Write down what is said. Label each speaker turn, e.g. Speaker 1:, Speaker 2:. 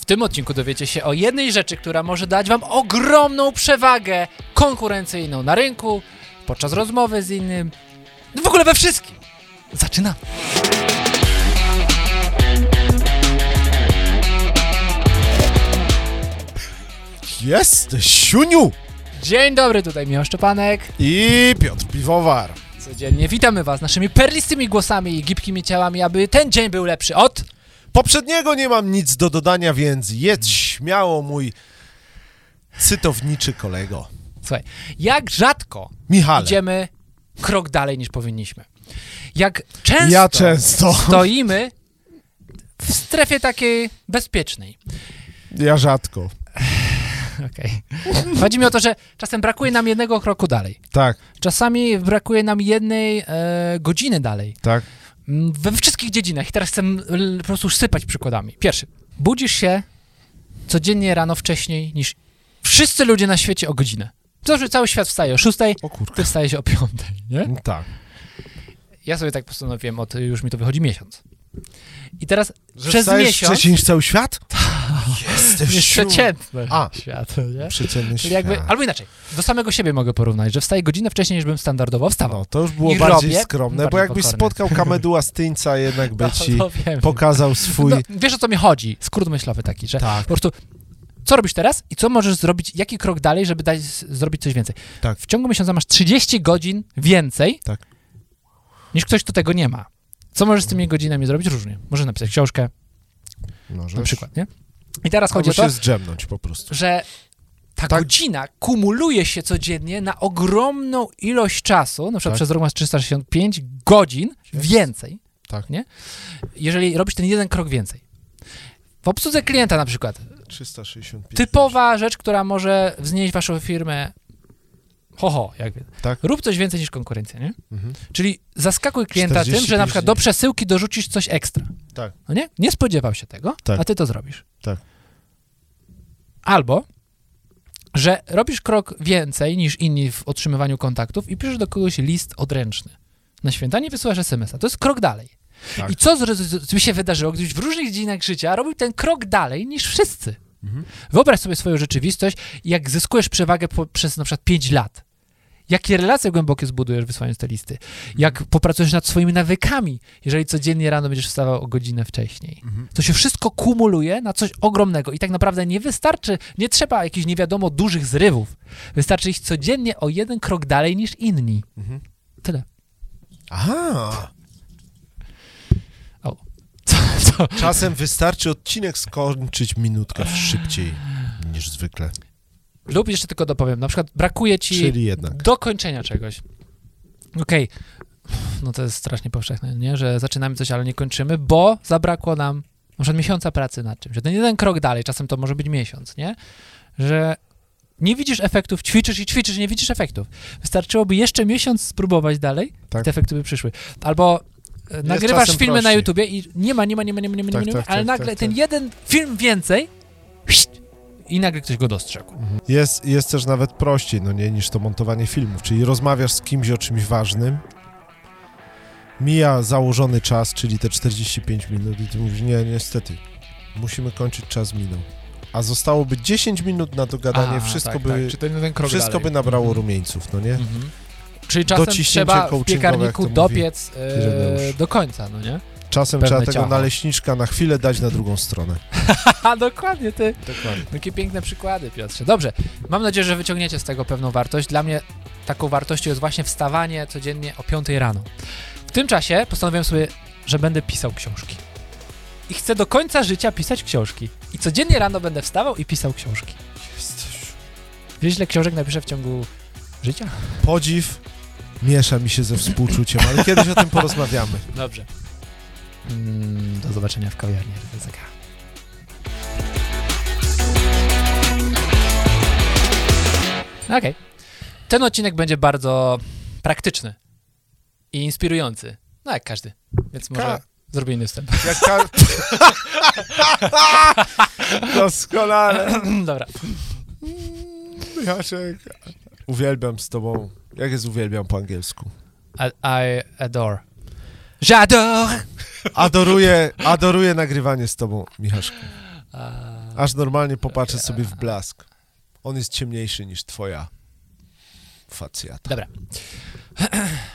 Speaker 1: tym odcinku dowiecie się o jednej rzeczy, która może dać wam ogromną przewagę konkurencyjną na rynku, podczas rozmowy z innym, w ogóle we wszystkim. Zaczynamy.
Speaker 2: Jesteś, siuniu!
Speaker 1: Dzień dobry, tutaj Michał Szczepanek.
Speaker 2: I Piotr Piwowar.
Speaker 1: Codziennie witamy was naszymi perlistymi głosami i gibkimi ciałami, aby ten dzień był lepszy od...
Speaker 2: Poprzedniego nie mam nic do dodania, więc jedź śmiało, mój cytowniczy kolego.
Speaker 1: Słuchaj, jak rzadko
Speaker 2: Michale.
Speaker 1: idziemy krok dalej niż powinniśmy. Jak często,
Speaker 2: Ja często.
Speaker 1: stoimy w strefie takiej bezpiecznej.
Speaker 2: Ja rzadko.
Speaker 1: Okej. Chodzi mi o to, że czasem brakuje nam jednego kroku dalej.
Speaker 2: Tak,
Speaker 1: Czasami brakuje nam jednej godziny dalej.
Speaker 2: tak.
Speaker 1: We wszystkich dziedzinach. I teraz chcę po prostu sypać przykładami. Pierwszy. Budzisz się codziennie rano wcześniej niż wszyscy ludzie na świecie o godzinę. To, że cały świat wstaje o 6,
Speaker 2: O kurka.
Speaker 1: ty wstajesz o 5, nie?
Speaker 2: Tak.
Speaker 1: Ja sobie tak postanowiłem, już mi to wychodzi miesiąc. I teraz
Speaker 2: Że
Speaker 1: przez
Speaker 2: wstajesz
Speaker 1: miesiąc...
Speaker 2: wcześniej niż cały świat? Jesteś
Speaker 1: Jest przeciętny
Speaker 2: A.
Speaker 1: świat, nie?
Speaker 2: Przeciętny
Speaker 1: Czyli
Speaker 2: świat.
Speaker 1: jakby, albo inaczej, do samego siebie mogę porównać, że wstaję godzinę wcześniej, niż bym standardowo wstawał.
Speaker 2: No, to już było
Speaker 1: I
Speaker 2: bardziej
Speaker 1: robię
Speaker 2: skromne, bo
Speaker 1: bardziej
Speaker 2: jakbyś
Speaker 1: pokorne.
Speaker 2: spotkał Kameduła Styńca, jednak by ci
Speaker 1: wiem.
Speaker 2: pokazał swój...
Speaker 1: No, wiesz, o co mi chodzi? Skrót myślowy taki, że
Speaker 2: Tak.
Speaker 1: po prostu co robisz teraz i co możesz zrobić, jaki krok dalej, żeby zrobić coś więcej.
Speaker 2: Tak.
Speaker 1: W ciągu miesiąca masz 30 godzin więcej,
Speaker 2: Tak.
Speaker 1: niż ktoś, kto tego nie ma. Co możesz z tymi godzinami zrobić? Różnie. Możesz napisać książkę, na przykład, nie? I teraz chodzi
Speaker 2: Albo
Speaker 1: o to,
Speaker 2: się zdrzemnąć po prostu.
Speaker 1: że ta
Speaker 2: Tak.
Speaker 1: godzina kumuluje się codziennie na ogromną ilość czasu, na przykład
Speaker 2: Tak.
Speaker 1: przez rok masz 365 godzin więcej,
Speaker 2: Tak.
Speaker 1: nie? Jeżeli robisz ten jeden krok więcej. W obsłudze klienta na przykład,
Speaker 2: 365.
Speaker 1: typowa rzecz, która może wznieść waszą firmę jak wiem.
Speaker 2: Tak.
Speaker 1: Rób coś więcej niż konkurencja, nie?
Speaker 2: Mhm.
Speaker 1: Czyli zaskakuj klienta tym, że na
Speaker 2: 45
Speaker 1: przykład
Speaker 2: dni.
Speaker 1: do przesyłki dorzucisz coś ekstra.
Speaker 2: Tak.
Speaker 1: No nie? Nie spodziewał się tego,
Speaker 2: Tak.
Speaker 1: a ty to zrobisz.
Speaker 2: Tak.
Speaker 1: Albo, że robisz krok więcej niż inni w otrzymywaniu kontaktów i piszesz do kogoś list odręczny. Na święta nie wysyłasz SMS-a. To jest krok dalej.
Speaker 2: Tak.
Speaker 1: I co by się wydarzyło, gdybyś w różnych dziedzinach życia robił ten krok dalej niż wszyscy?
Speaker 2: Mhm.
Speaker 1: Wyobraź sobie swoją rzeczywistość, jak zyskujesz przewagę przez na przykład 5 lat. Jakie relacje głębokie zbudujesz wysłając te listy? Jak popracujesz nad swoimi nawykami, jeżeli codziennie rano będziesz wstawał o godzinę wcześniej?
Speaker 2: Mhm.
Speaker 1: To się wszystko kumuluje na coś ogromnego i tak naprawdę nie wystarczy, nie trzeba jakichś nie wiadomo dużych zrywów. Wystarczy iść codziennie o jeden krok dalej niż inni.
Speaker 2: Mhm.
Speaker 1: Tyle.
Speaker 2: Aha.
Speaker 1: Co?
Speaker 2: Czasem wystarczy odcinek skończyć minutkę szybciej niż zwykle.
Speaker 1: Lub jeszcze tylko dopowiem, na przykład brakuje ci
Speaker 2: Czyli jednak.
Speaker 1: dokończenia czegoś. Okej, no to jest strasznie powszechne, nie? Że zaczynamy coś, ale nie kończymy, bo zabrakło nam na przykład miesiąca pracy nad czymś. Że ten jeden krok dalej, czasem to może być miesiąc, nie? Że nie widzisz efektów, ćwiczysz i nie widzisz efektów. Wystarczyłoby jeszcze miesiąc spróbować dalej,
Speaker 2: Tak.
Speaker 1: i te efekty by przyszły. Albo nagrywasz
Speaker 2: czasem
Speaker 1: filmy na
Speaker 2: prościej.
Speaker 1: YouTubie i nie ma,
Speaker 2: Tak,
Speaker 1: ale
Speaker 2: tak,
Speaker 1: nagle
Speaker 2: tak,
Speaker 1: ten
Speaker 2: tak.
Speaker 1: jeden film więcej i nagle ktoś go dostrzegł.
Speaker 2: Jest też nawet prościej, no nie, niż to montowanie filmów. Czyli rozmawiasz z kimś o czymś ważnym, mija założony czas, czyli te 45 minut i ty mówisz, nie, niestety, musimy kończyć, czas minął. A zostałoby 10 minut na dogadanie, wszystko
Speaker 1: Czy ten jeden krok
Speaker 2: wszystko
Speaker 1: dalej.
Speaker 2: by nabrało
Speaker 1: Mhm.
Speaker 2: rumieńców, no nie?
Speaker 1: Mhm. Czyli czasem
Speaker 2: Dociśnięcie
Speaker 1: trzeba w
Speaker 2: coachingowe,
Speaker 1: piekarniku
Speaker 2: jak to mówi
Speaker 1: dopiec
Speaker 2: Ireneusz.
Speaker 1: do końca, no nie?
Speaker 2: Czasem
Speaker 1: Pewne
Speaker 2: trzeba tego
Speaker 1: ciacho.
Speaker 2: naleśniczka na chwilę dać na drugą stronę.
Speaker 1: Haha, dokładnie, ty.
Speaker 2: Dokładnie.
Speaker 1: Jakie piękne przykłady, Piotrze. Dobrze, mam nadzieję, że wyciągniecie z tego pewną wartość. Dla mnie taką wartością jest właśnie wstawanie codziennie o 5 rano. W tym czasie postanowiłem sobie, że będę pisał książki. I chcę do końca życia pisać książki. I codziennie rano będę wstawał i pisał książki. Wiesz, ile książek napiszę w ciągu życia?
Speaker 2: Podziw miesza mi się ze współczuciem, ale kiedyś o tym porozmawiamy.
Speaker 1: Dobrze. Do zobaczenia w kawiarni RZK. Okej. Ten odcinek będzie bardzo praktyczny i inspirujący. No jak każdy. Więc może zrobię inny wstęp.
Speaker 2: Doskonale.
Speaker 1: Dobra.
Speaker 2: Michaszek. Uwielbiam z tobą. Jak jest uwielbiam po angielsku?
Speaker 1: I adore. J'adore!
Speaker 2: Adoruję nagrywanie z tobą, Michaszku. Aż normalnie popatrzę sobie w blask. On jest ciemniejszy niż twoja facjata.
Speaker 1: Dobra.